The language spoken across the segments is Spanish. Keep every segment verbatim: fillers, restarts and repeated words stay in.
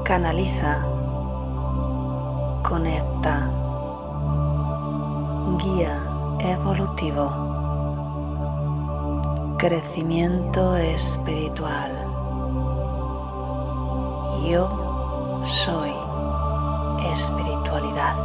Canaliza, conecta, guía evolutivo, crecimiento espiritual. Yo soy espiritualidad.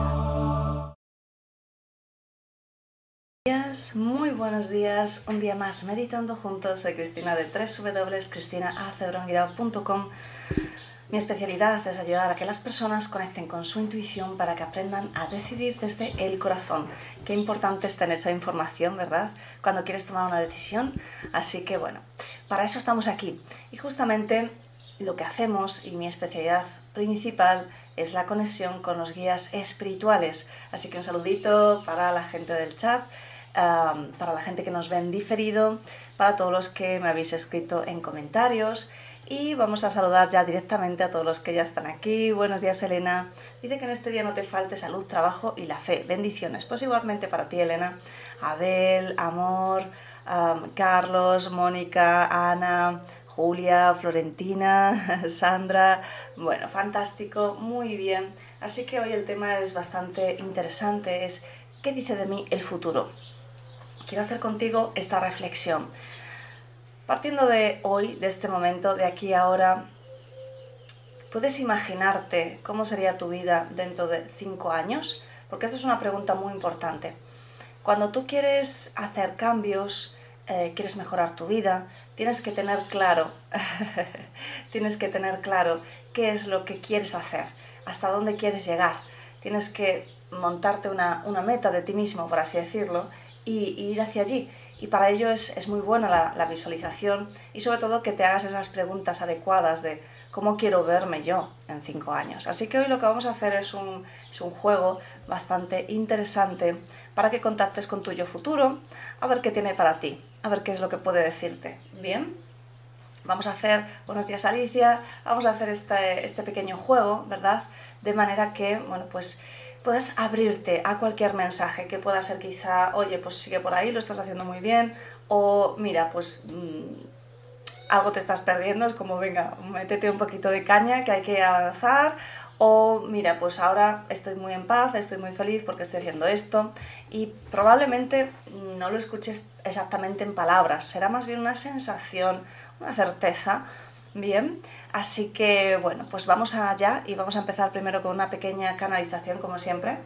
Muy buenos días, un día más meditando juntos. Soy Cristina de doble u doble u doble u punto cristina acebrón punto com. Mi especialidad es ayudar a que las personas conecten con su intuición para que aprendan a decidir desde el corazón. Qué importante es tener esa información, ¿verdad? Cuando quieres tomar una decisión. Así que bueno, para eso estamos aquí. Y justamente lo que hacemos, y mi especialidad principal, es la conexión con los guías espirituales. Así que un saludito para la gente del chat, um, para la gente que nos ve en diferido, para todos los que me habéis escrito en comentarios. Y vamos a saludar ya directamente a todos los que ya están aquí. Buenos días, Elena. Dice que en este día no te falte salud, trabajo y la fe. Bendiciones. Pues igualmente para ti, Elena. Abel, Amor, um, Carlos, Mónica, Ana, Julia, Florentina, Sandra. Bueno, fantástico, muy bien. Así que hoy el tema es bastante interesante. Es ¿qué dice de mí el futuro? Quiero hacer contigo esta reflexión. Partiendo de hoy, de este momento, de aquí a ahora, ¿puedes imaginarte cómo sería tu vida dentro de cinco años? Porque esto es una pregunta muy importante. Cuando tú quieres hacer cambios, eh, quieres mejorar tu vida, tienes que tener claro, tienes que tener claro qué es lo que quieres hacer, hasta dónde quieres llegar. Tienes que montarte una, una meta de ti mismo, por así decirlo, y, y ir hacia allí. Y para ello es, es muy buena la, la visualización y sobre todo que te hagas esas preguntas adecuadas de cómo quiero verme yo en cinco años. Así que hoy lo que vamos a hacer es un, es un juego bastante interesante para que contactes con tu yo futuro, a ver qué tiene para ti, a ver qué es lo que puede decirte. ¿Bien? Vamos a hacer, buenos días Alicia, vamos a hacer este, este pequeño juego, ¿verdad? De manera que, bueno, pues puedas abrirte a cualquier mensaje que pueda ser quizá, oye, pues sigue por ahí, lo estás haciendo muy bien, o mira, pues mmm, algo te estás perdiendo, es como, venga, métete un poquito de caña, que hay que avanzar, o mira, pues ahora estoy muy en paz, estoy muy feliz porque estoy haciendo esto, y probablemente no lo escuches exactamente en palabras, será más bien una sensación, una certeza, bien. Así que, bueno, pues vamos allá y vamos a empezar primero con una pequeña canalización, como siempre.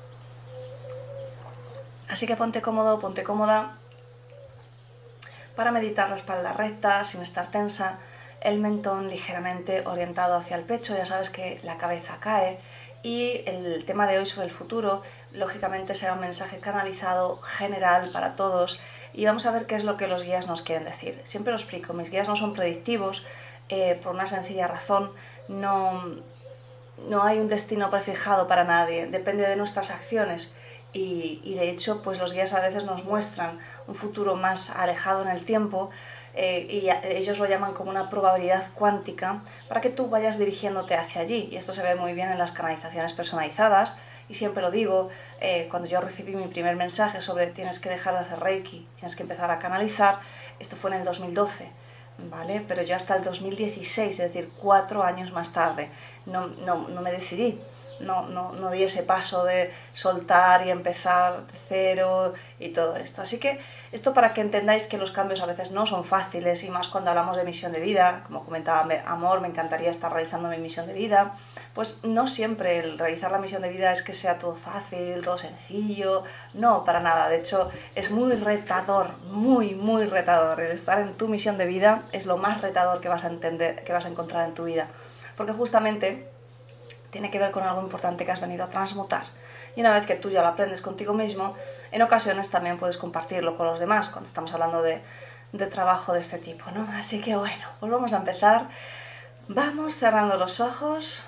Así que ponte cómodo, ponte cómoda para meditar la espalda recta, sin estar tensa, el mentón ligeramente orientado hacia el pecho, ya sabes que la cabeza cae. Y el tema de hoy sobre el futuro, lógicamente será un mensaje canalizado general para todos y vamos a ver qué es lo que los guías nos quieren decir. Siempre lo explico, mis guías no son predictivos, eh, por una sencilla razón, no, no hay un destino prefijado para nadie, depende de nuestras acciones y, y de hecho pues los guías a veces nos muestran un futuro más alejado en el tiempo, eh, y ellos lo llaman como una probabilidad cuántica para que tú vayas dirigiéndote hacia allí, y esto se ve muy bien en las canalizaciones personalizadas. Y siempre lo digo, eh, cuando yo recibí mi primer mensaje sobre tienes que dejar de hacer Reiki, tienes que empezar a canalizar, esto fue en el dos mil doce, ¿vale? Pero yo hasta el dos mil dieciséis, es decir, cuatro años más tarde, no, no, no me decidí, no, no, no di ese paso de soltar y empezar de cero y todo esto. Así que esto para que entendáis que los cambios a veces no son fáciles, y más cuando hablamos de misión de vida, como comentaba Amor, me encantaría estar realizando mi misión de vida, pues no siempre el realizar la misión de vida es que sea todo fácil, todo sencillo, no, para nada. De hecho, es muy retador, muy, muy retador. El estar en tu misión de vida es lo más retador que vas a entender, que vas a encontrar en tu vida, porque justamente tiene que ver con algo importante que has venido a transmutar. Y una vez que tú ya lo aprendes contigo mismo, en ocasiones también puedes compartirlo con los demás, cuando estamos hablando de, de trabajo de este tipo, ¿no? Así que bueno, pues vamos a empezar. Vamos cerrando los ojos.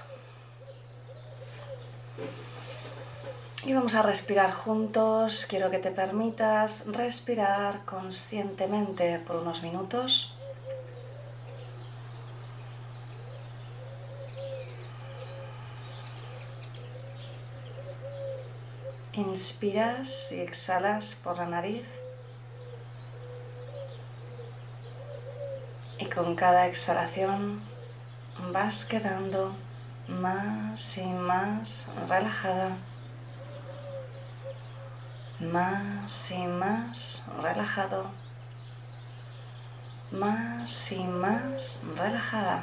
Y vamos a respirar juntos. Quiero que te permitas respirar conscientemente por unos minutos. Inspiras y exhalas por la nariz. Y con cada exhalación vas quedando más y más relajada, más y más relajado, más y más relajada.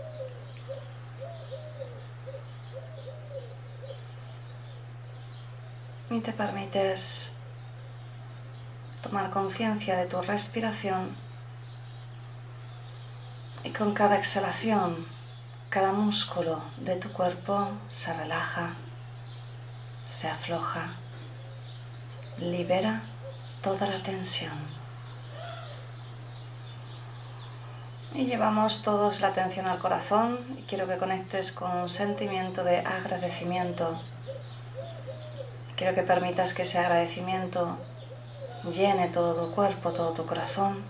Y te permites tomar conciencia de tu respiración y con cada exhalación, cada músculo de tu cuerpo se relaja, se afloja, libera toda la tensión. Y llevamos todos la atención al corazón y quiero que conectes con un sentimiento de agradecimiento. Quiero que permitas que ese agradecimiento llene todo tu cuerpo, todo tu corazón.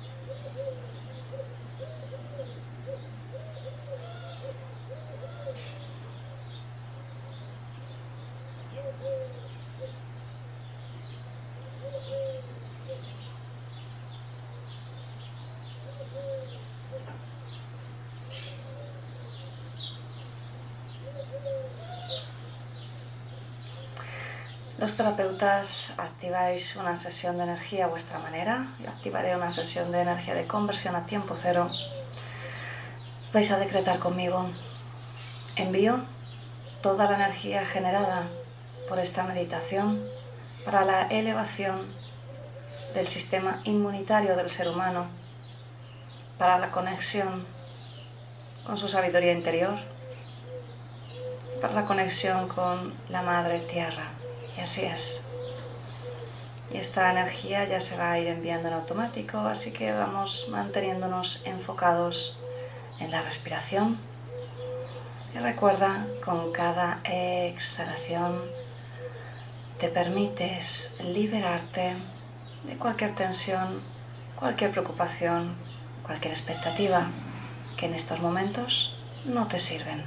Los terapeutas activáis una sesión de energía a vuestra manera. Yo activaré una sesión de energía de conversión a tiempo cero. Vais a decretar conmigo: envío toda la energía generada por esta meditación para la elevación del sistema inmunitario del ser humano, para la conexión con su sabiduría interior, para la conexión con la Madre Tierra. Y así es. Y esta energía ya se va a ir enviando en automático, así que vamos manteniéndonos enfocados en la respiración. Y recuerda, con cada exhalación te permites liberarte de cualquier tensión, cualquier preocupación, cualquier expectativa que en estos momentos no te sirven.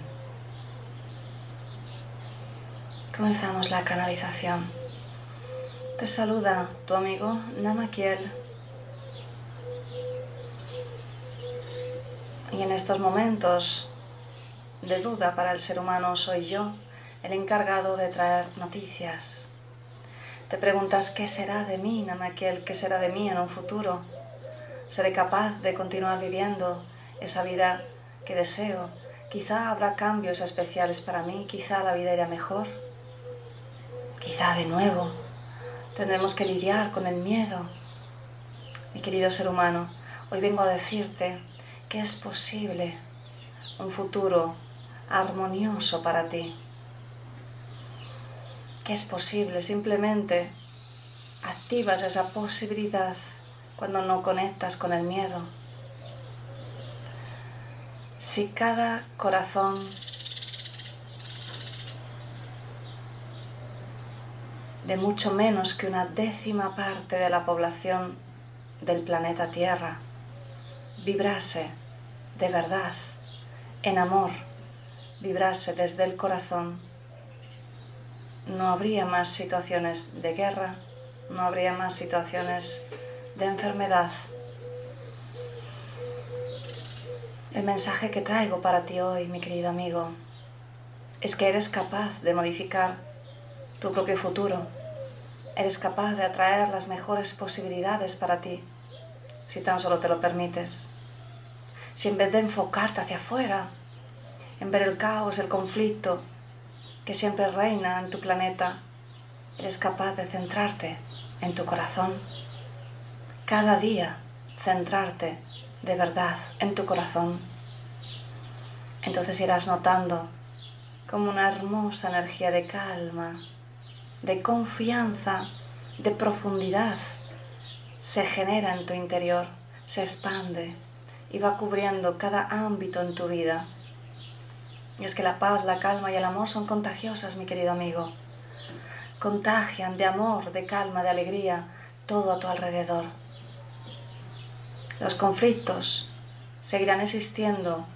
Comenzamos la canalización. Te saluda tu amigo Namaquiel. Y en estos momentos de duda para el ser humano soy yo el encargado de traer noticias. Te preguntas: ¿qué será de mí, Namaquiel? ¿Qué será de mí en un futuro? ¿Seré capaz de continuar viviendo esa vida que deseo? Quizá habrá cambios especiales para mí, quizá la vida irá mejor. Quizá de nuevo tendremos que lidiar con el miedo. Mi querido ser humano, hoy vengo a decirte que es posible un futuro armonioso para ti. Que es posible, simplemente activas esa posibilidad cuando no conectas con el miedo. Si cada corazón de mucho menos que una décima parte de la población del planeta Tierra vibrase de verdad, en amor, vibrase desde el corazón, no habría más situaciones de guerra, no habría más situaciones de enfermedad. El mensaje que traigo para ti hoy, mi querido amigo, es que eres capaz de modificar tu propio futuro. Eres capaz de atraer las mejores posibilidades para ti, si tan solo te lo permites. Si en vez de enfocarte hacia afuera, en ver el caos, el conflicto que siempre reina en tu planeta, eres capaz de centrarte en tu corazón. Cada día centrarte de verdad en tu corazón. Entonces irás notando como una hermosa energía de calma, de confianza, de profundidad se genera en tu interior, se expande y va cubriendo cada ámbito en tu vida. Y es que la paz, la calma y el amor son contagiosas, mi querido amigo. Contagian de amor, de calma, de alegría todo a tu alrededor. Los conflictos seguirán existiendo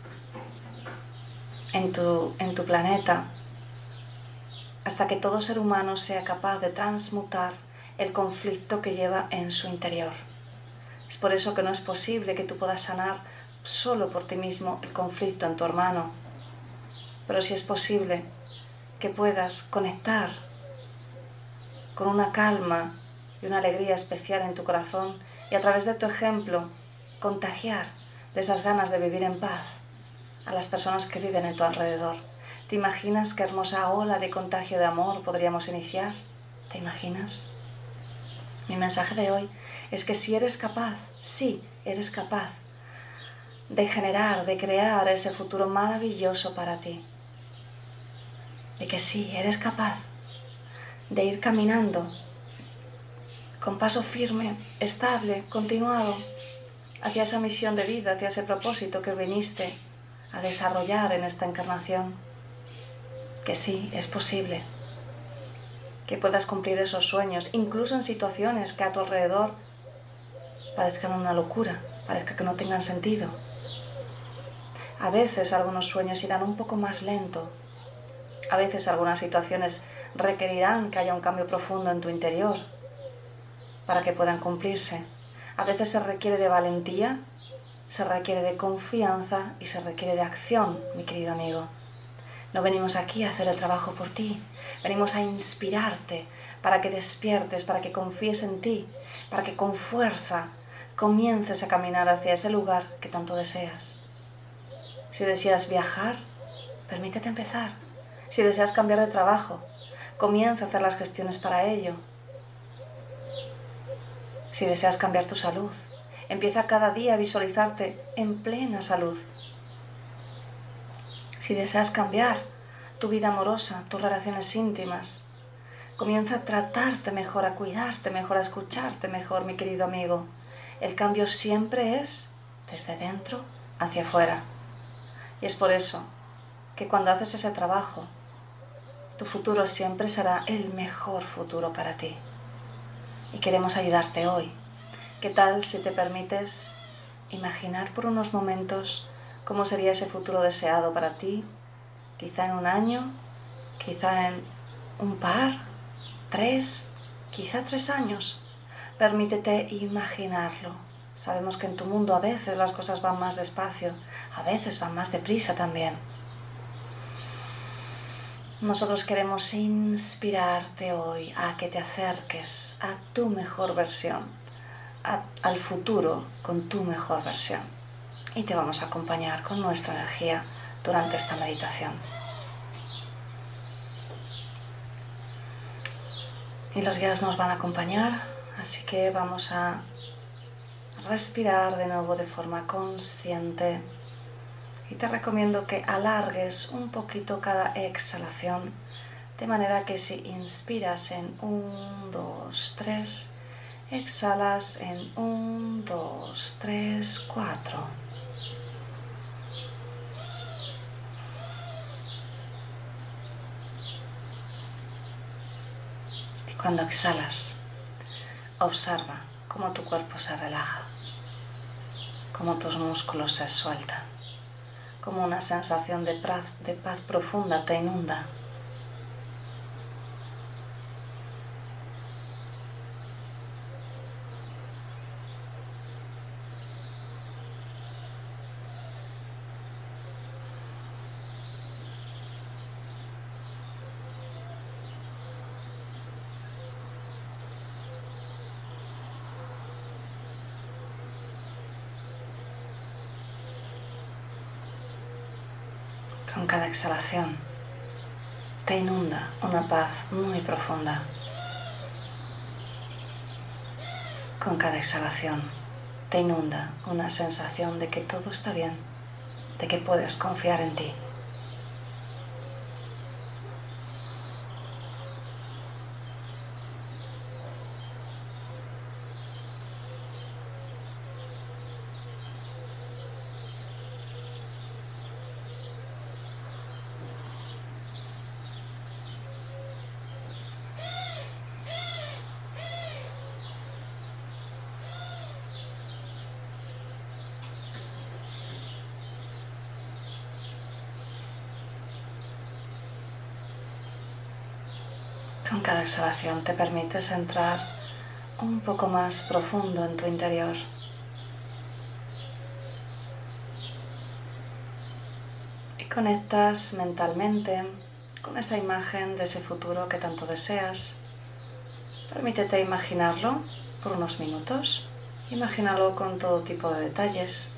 en tu, en tu planeta hasta que todo ser humano sea capaz de transmutar el conflicto que lleva en su interior. Es por eso que no es posible que tú puedas sanar solo por ti mismo el conflicto en tu hermano, pero si es posible que puedas conectar con una calma y una alegría especial en tu corazón y a través de tu ejemplo contagiar de esas ganas de vivir en paz a las personas que viven en tu alrededor. ¿Te imaginas qué hermosa ola de contagio de amor podríamos iniciar? ¿Te imaginas? Mi mensaje de hoy es que si eres capaz, sí, eres capaz de generar, de crear ese futuro maravilloso para ti. De que sí, eres capaz de ir caminando con paso firme, estable, continuado, hacia esa misión de vida, hacia ese propósito que viniste a desarrollar en esta encarnación. Que sí, es posible. Que puedas cumplir esos sueños, incluso en situaciones que a tu alrededor parezcan una locura, parezca que no tengan sentido. A veces algunos sueños irán un poco más lento. A veces algunas situaciones requerirán que haya un cambio profundo en tu interior para que puedan cumplirse. A veces se requiere de valentía, se requiere de confianza y se requiere de acción, mi querido amigo. No venimos aquí a hacer el trabajo por ti, venimos a inspirarte para que despiertes, para que confíes en ti, para que con fuerza comiences a caminar hacia ese lugar que tanto deseas. Si deseas viajar, permítete empezar. Si deseas cambiar de trabajo, comienza a hacer las gestiones para ello. Si deseas cambiar tu salud, empieza cada día a visualizarte en plena salud. Si deseas cambiar tu vida amorosa, tus relaciones íntimas, comienza a tratarte mejor, a cuidarte mejor, a escucharte mejor, mi querido amigo. El cambio siempre es desde dentro hacia afuera. Y es por eso que cuando haces ese trabajo, tu futuro siempre será el mejor futuro para ti. Y queremos ayudarte hoy. ¿Qué tal si te permites imaginar por unos momentos cómo sería ese futuro deseado para ti? Quizá en un año, quizá en un par, tres, quizá tres años. Permítete imaginarlo. Sabemos que en tu mundo a veces las cosas van más despacio, a veces van más deprisa también. Nosotros queremos inspirarte hoy a que te acerques a tu mejor versión, a, al futuro con tu mejor versión. Y te vamos a acompañar con nuestra energía durante esta meditación. Y los guías nos van a acompañar, así que vamos a respirar de nuevo de forma consciente. Y te recomiendo que alargues un poquito cada exhalación, de manera que si inspiras en uno, dos, tres, exhalas en uno, dos, tres, cuatro. Y cuando exhalas, observa cómo tu cuerpo se relaja, cómo tus músculos se sueltan, como una sensación de paz, de paz profunda te inunda. Con cada exhalación te inunda una paz muy profunda. Con cada exhalación te inunda una sensación de que todo está bien, de que puedes confiar en ti. Con cada exhalación te permites entrar un poco más profundo en tu interior. Y conectas mentalmente con esa imagen de ese futuro que tanto deseas. Permítete imaginarlo por unos minutos. Imagínalo con todo tipo de detalles.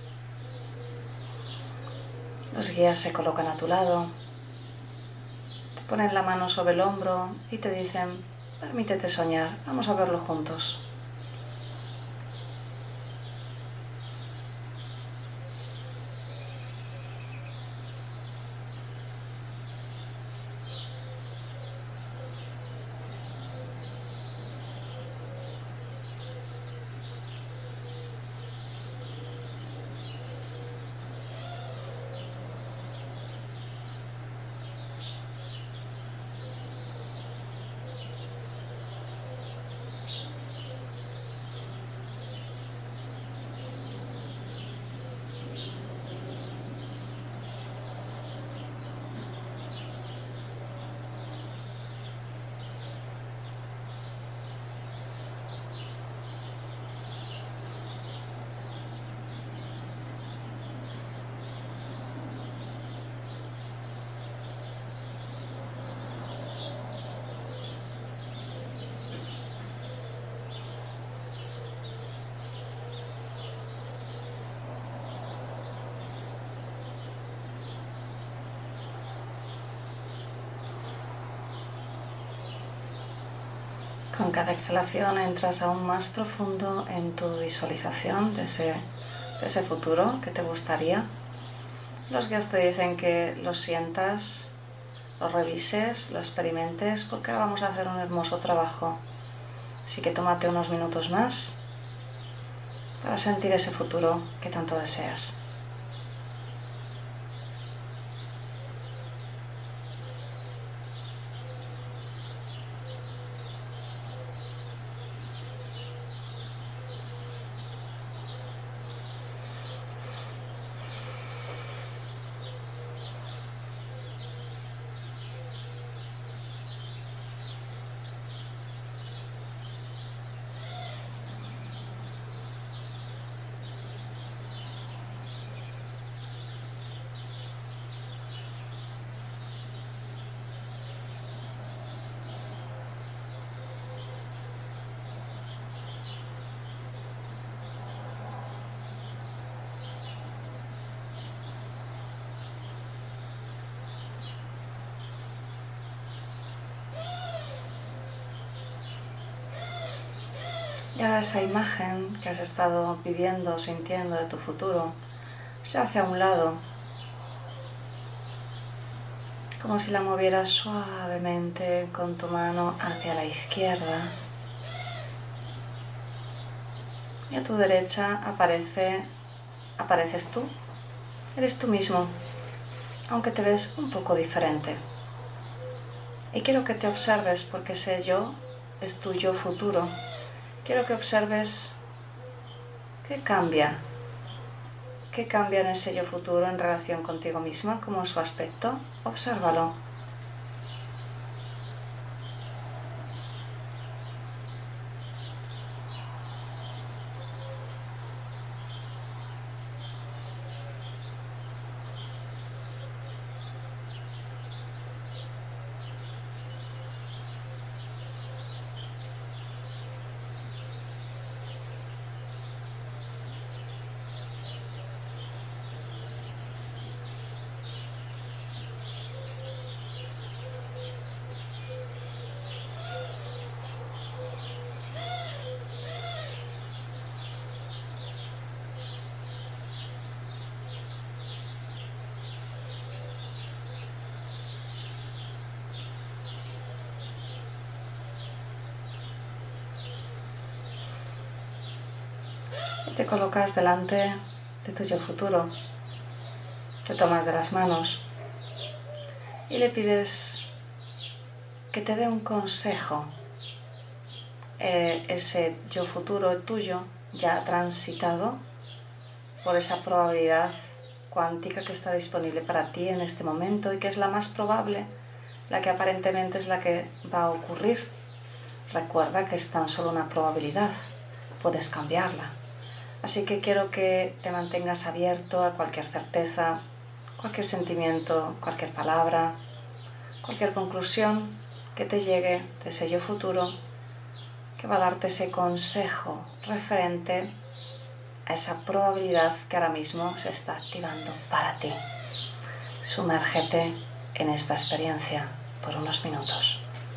Los guías se colocan a tu lado, te ponen la mano sobre el hombro y te dicen: permítete soñar, vamos a verlo juntos. Con cada exhalación entras aún más profundo en tu visualización de ese, de ese futuro que te gustaría. Los guías te dicen que lo sientas, lo revises, lo experimentes, porque ahora vamos a hacer un hermoso trabajo. Así que tómate unos minutos más para sentir ese futuro que tanto deseas. Y ahora esa imagen que has estado viviendo, sintiendo de tu futuro, se hace a un lado, como si la movieras suavemente con tu mano hacia la izquierda. Y a tu derecha aparece, apareces tú, eres tú mismo, aunque te ves un poco diferente. Y quiero que te observes porque ese yo es tu yo futuro. Quiero que observes qué cambia, qué cambia en ese yo futuro en relación contigo misma, cómo es su aspecto. Obsérvalo. Y te colocas delante de tu yo futuro. Te tomas de las manos y le pides que te dé un consejo. Eh, ese yo futuro tuyo ya ha transitado por esa probabilidad cuántica que está disponible para ti en este momento y que es la más probable, la que aparentemente es la que va a ocurrir. Recuerda que es tan solo una probabilidad, puedes cambiarla. Así que quiero que te mantengas abierto a cualquier certeza, cualquier sentimiento, cualquier palabra, cualquier conclusión que te llegue de ese yo futuro, que va a darte ese consejo referente a esa probabilidad que ahora mismo se está activando para ti. Sumérgete en esta experiencia por unos minutos.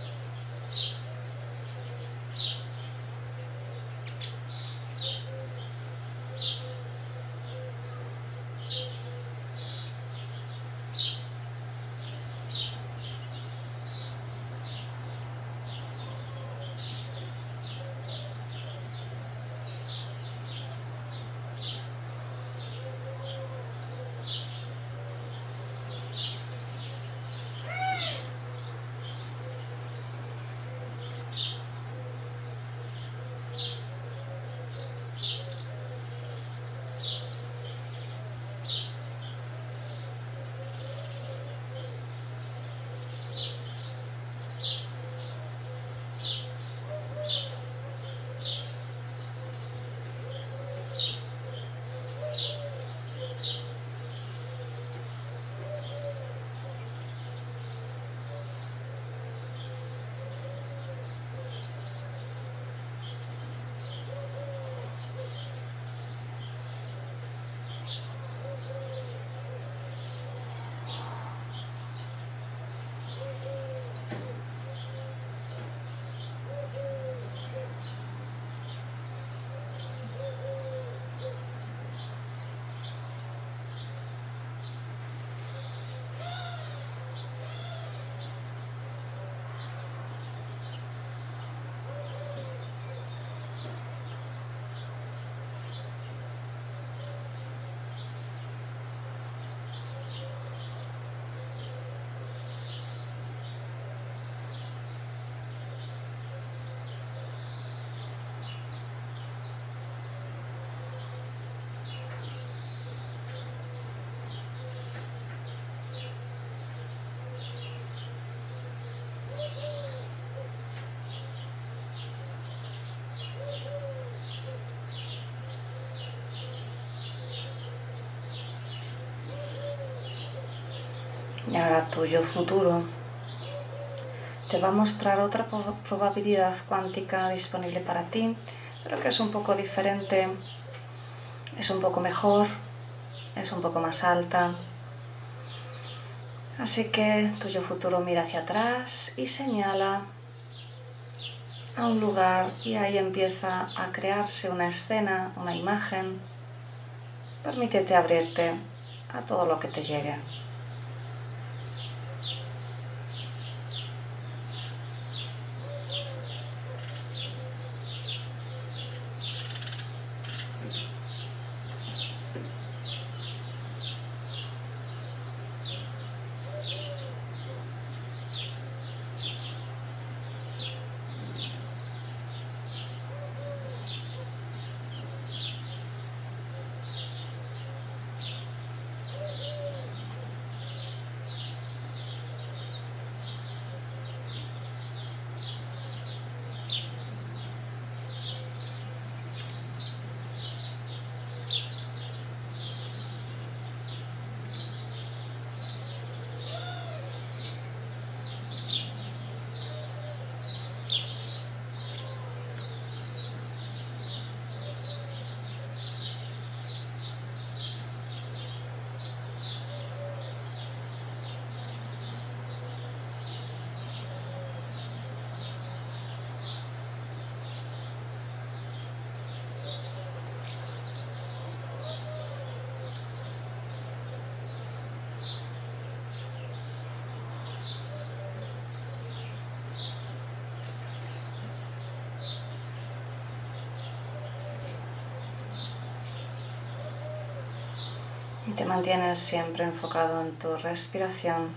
Y ahora tu yo futuro te va a mostrar otra probabilidad cuántica disponible para ti, pero que es un poco diferente, es un poco mejor, es un poco más alta. Así que tu yo futuro mira hacia atrás y señala a un lugar y ahí empieza a crearse una escena, una imagen. Permítete abrirte a todo lo que te llegue. Y te mantienes siempre enfocado en tu respiración.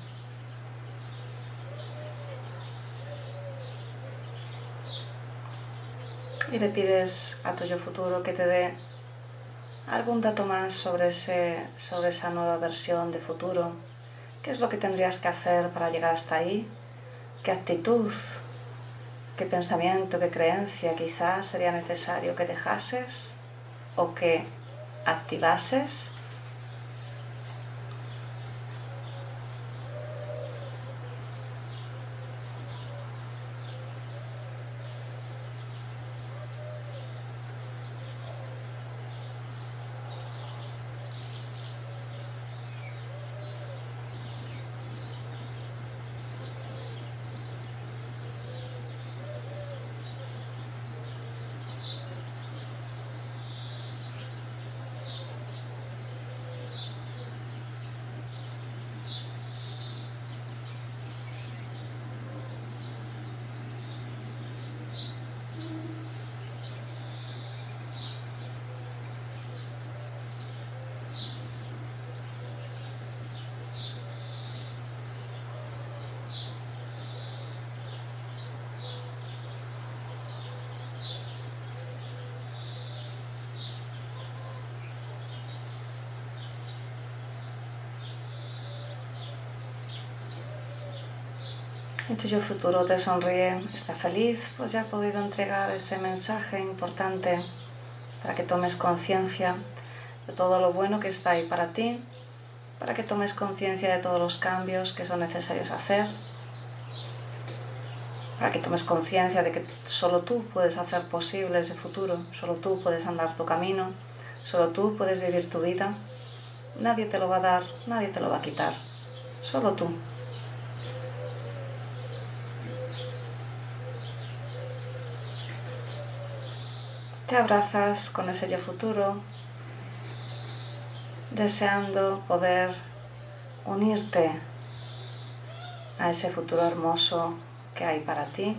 Y le pides a tu yo futuro que te dé algún dato más sobre, ese, sobre esa nueva versión de futuro. ¿Qué es lo que tendrías que hacer para llegar hasta ahí? ¿Qué actitud, qué pensamiento, qué creencia quizás sería necesario que dejases o que activases? Y tu yo futuro te sonríe, está feliz, pues ya ha podido entregar ese mensaje importante para que tomes conciencia de todo lo bueno que está ahí para ti, para que tomes conciencia de todos los cambios que son necesarios hacer, para que tomes conciencia de que solo tú puedes hacer posible ese futuro, solo tú puedes andar tu camino, solo tú puedes vivir tu vida. Nadie te lo va a dar, nadie te lo va a quitar, solo tú. Te abrazas con ese yo futuro, deseando poder unirte a ese futuro hermoso que hay para ti.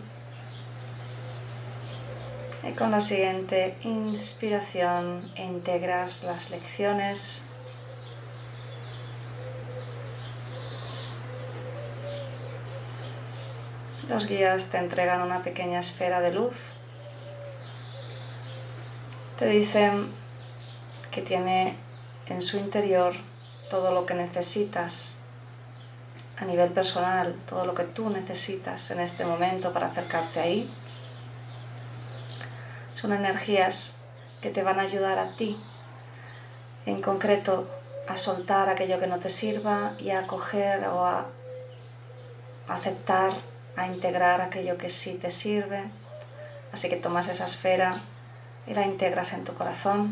Y con la siguiente inspiración integras las lecciones. Los guías te entregan una pequeña esfera de luz. Te dicen que tiene en su interior todo lo que necesitas a nivel personal, todo lo que tú necesitas en este momento para acercarte ahí. Son energías que te van a ayudar a ti, en concreto, a soltar aquello que no te sirva y a acoger o a aceptar, a integrar aquello que sí te sirve. Así que tomas esa esfera y la integras en tu corazón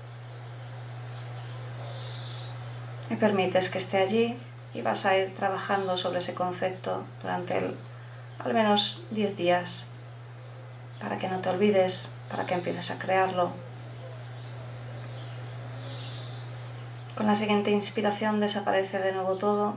y permites que esté allí, y vas a ir trabajando sobre ese concepto durante el, al menos diez días para que no te olvides, para que empieces a crearlo. Con la siguiente inspiración desaparece de nuevo todo.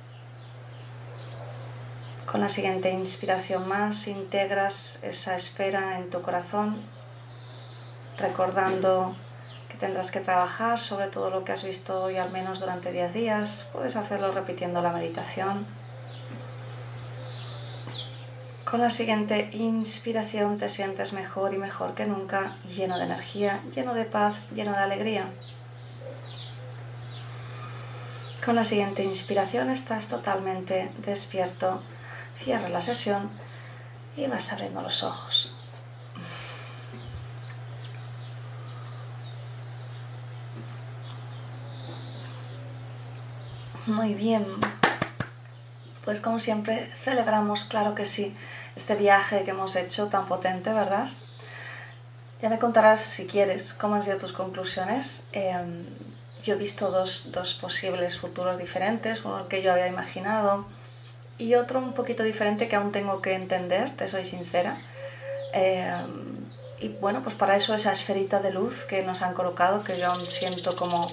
Con la siguiente inspiración más integras esa esfera en tu corazón, recordando que tendrás que trabajar sobre todo lo que has visto hoy al menos durante diez días. Puedes hacerlo repitiendo la meditación. Con la siguiente inspiración te sientes mejor y mejor que nunca, lleno de energía, lleno de paz, lleno de alegría. Con la siguiente inspiración estás totalmente despierto. Cierra la sesión y vas abriendo los ojos. Muy bien, pues como siempre celebramos, claro que sí, este viaje que hemos hecho tan potente, ¿verdad? Ya me contarás, si quieres, cómo han sido tus conclusiones. Eh, yo he visto dos, dos posibles futuros diferentes, uno que yo había imaginado y otro un poquito diferente que aún tengo que entender, te soy sincera. Eh, y bueno, pues para eso esa esferita de luz que nos han colocado, que yo aún siento como...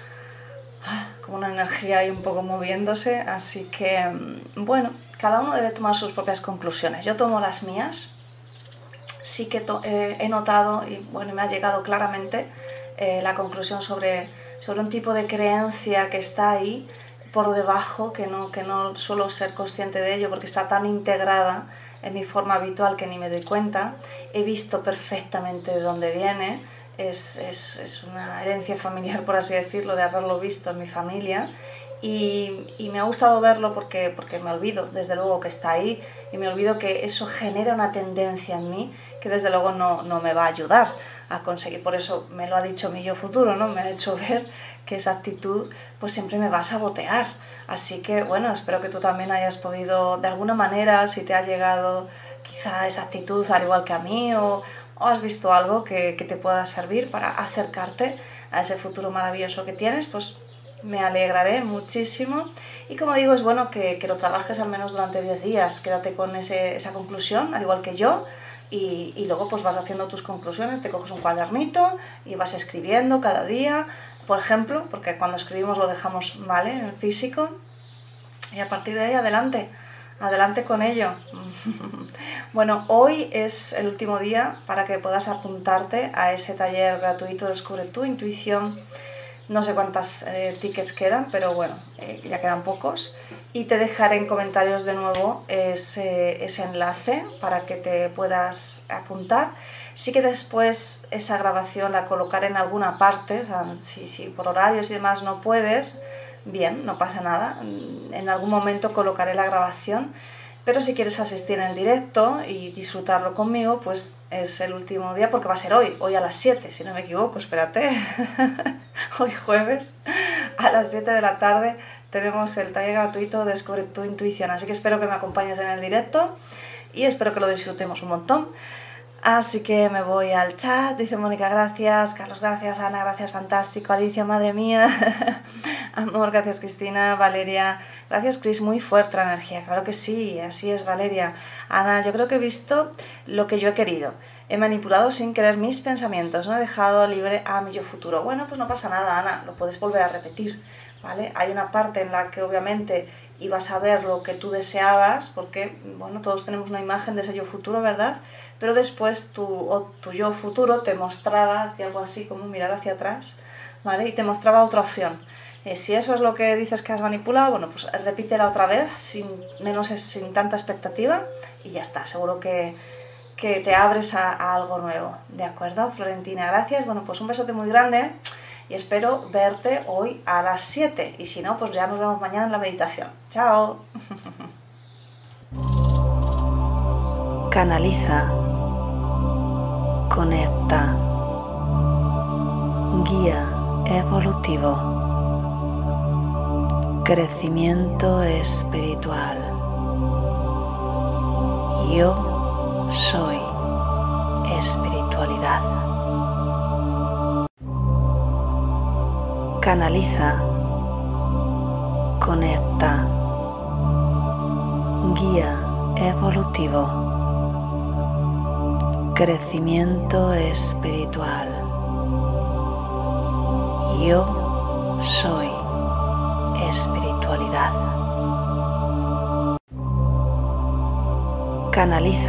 como una energía ahí un poco moviéndose, así que, bueno, cada uno debe tomar sus propias conclusiones. Yo tomo las mías, sí que eh, he notado, y bueno, me ha llegado claramente eh, la conclusión sobre, sobre un tipo de creencia que está ahí por debajo, que no, que no suelo ser consciente de ello porque está tan integrada en mi forma habitual que ni me doy cuenta. He visto perfectamente de dónde viene. Es, es, es una herencia familiar, por así decirlo, de haberlo visto en mi familia, y, y me ha gustado verlo porque, porque me olvido, desde luego, que está ahí, y me olvido que eso genera una tendencia en mí que desde luego no, no me va a ayudar a conseguir. Por eso me lo ha dicho mi yo futuro, ¿no? Me ha hecho ver que esa actitud pues siempre me va a sabotear. Así que bueno, espero que tú también hayas podido, de alguna manera, si te ha llegado quizá esa actitud al igual que a mí, o o has visto algo que, que te pueda servir para acercarte a ese futuro maravilloso que tienes, pues me alegraré muchísimo. Y como digo, es bueno que, que lo trabajes al menos durante diez días, quédate con ese, esa conclusión, al igual que yo, y, y luego pues vas haciendo tus conclusiones, te coges un cuadernito y vas escribiendo cada día, por ejemplo, porque cuando escribimos lo dejamos, ¿vale?, en físico, y a partir de ahí adelante. Adelante con ello. Bueno, hoy es el último día para que puedas apuntarte a ese taller gratuito Descubre tu intuición. No sé cuántas eh, tickets quedan, pero bueno, eh, ya quedan pocos. Y te dejaré en comentarios de nuevo ese, ese enlace para que te puedas apuntar. Sí que después esa grabación la colocaré en alguna parte, o sea, si, si por horarios y demás no puedes, bien, no pasa nada, en algún momento colocaré la grabación, Pero si quieres asistir en el directo y disfrutarlo conmigo, pues es el último día, porque va a ser hoy, hoy a las siete, si no me equivoco, espérate. Hoy jueves, a las siete de la tarde, tenemos el taller gratuito Descubre tu intuición. Así que espero que me acompañes en el directo y espero que lo disfrutemos un montón. Así que me voy al chat, dice Mónica, gracias, Carlos, gracias, Ana, gracias, fantástico, Alicia, madre mía, amor, gracias, Cristina, Valeria, gracias, Cris, muy fuerte la energía, claro que sí, así es, Valeria. Ana, yo creo que he visto lo que yo he querido, he manipulado sin querer mis pensamientos, no he dejado libre a mi yo futuro. Bueno, pues no pasa nada, Ana, lo puedes volver a repetir, ¿vale? Hay una parte en la que obviamente ibas a ver lo que tú deseabas, porque, bueno, todos tenemos una imagen de ese yo futuro, ¿verdad? Pero después tu, o tu yo futuro te mostraba hacia algo así como mirar hacia atrás, ¿vale? Y te mostraba otra opción. Eh, si eso es lo que dices que has manipulado, bueno, pues repítela otra vez, sin, menos sin tanta expectativa, y ya está, seguro que, que te abres a, a algo nuevo, ¿de acuerdo? Florentina, gracias. Bueno, pues un besote muy grande y espero verte hoy a las siete, y si no, pues ya nos vemos mañana en la meditación. ¡Chao! Canaliza, conecta, guía evolutivo, crecimiento espiritual. Yo soy espiritualidad. Canaliza, conecta, guía evolutivo, crecimiento espiritual. Yo soy espiritualidad. Canaliza.